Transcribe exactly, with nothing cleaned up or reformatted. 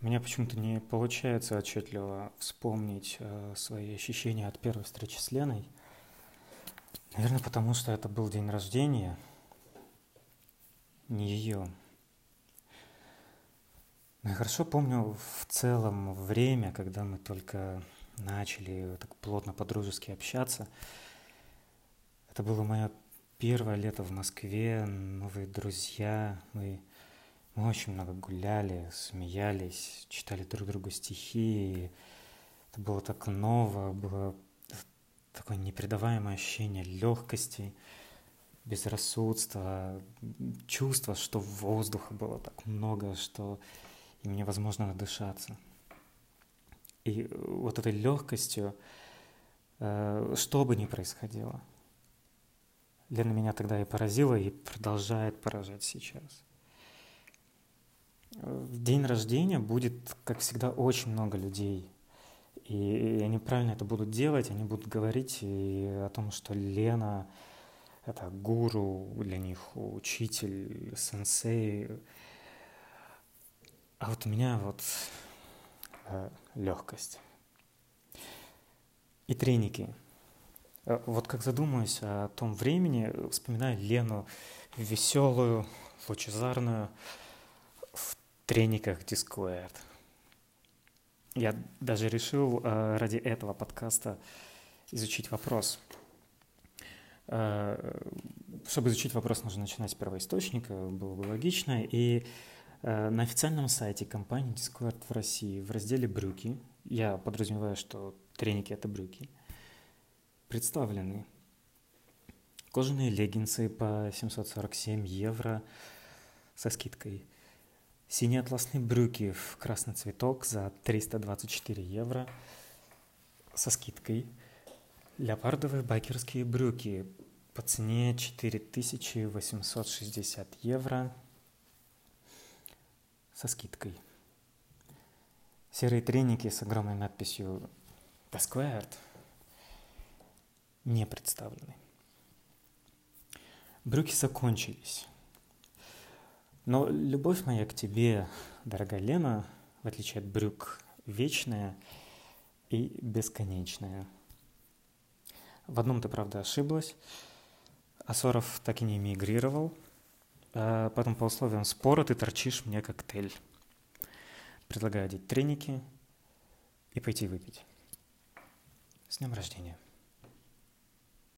У меня почему-то не получается отчетливо вспомнить э, свои ощущения от первой встречи с Леной. Наверное, потому что это был день рождения, не ее. Но я хорошо помню в целом время, когда мы только начали так плотно по-дружески общаться. Это было мое первое лето в Москве, новые друзья. Мы, мы очень много гуляли, смеялись, читали друг другу стихи. Это было так ново, было такое непередаваемое ощущение легкости, безрассудства, чувство, что воздуха было так много, что им невозможно надышаться. И вот этой легкостью, что бы ни происходило, Лена меня тогда и поразила, и продолжает поражать сейчас. В день рождения будет, как всегда, очень много людей. И они правильно это будут делать, они будут говорить и о том, что Лена — это гуру для них, учитель, сенсей. А вот у меня вот э, легкость. И треники. Вот как задумаюсь о том времени, вспоминаю Лену веселую, лучезарную, в трениках Discord. Я даже решил э, ради этого подкаста изучить вопрос. Э, чтобы изучить вопрос, нужно начинать с первоисточника, было бы логично. И э, на официальном сайте компании Discord в России в разделе «Брюки», я подразумеваю, что треники — это брюки, представлены кожаные леггинсы по семьсот сорок семь евро со скидкой, синие атласные брюки в красный цветок за триста двадцать четыре евро со скидкой, леопардовые байкерские брюки по цене четыре тысячи восемьсот шестьдесят евро со скидкой, серые треники с огромной надписью The Squared не представлены. Брюки закончились. Но любовь моя к тебе, дорогая Лена, в отличие от брюк, вечная и бесконечная. В одном ты, правда, ошиблась. Асоров так и не эмигрировал. А потом по условиям спора ты торчишь мне коктейль. Предлагаю одеть треники и пойти выпить. С днем рождения.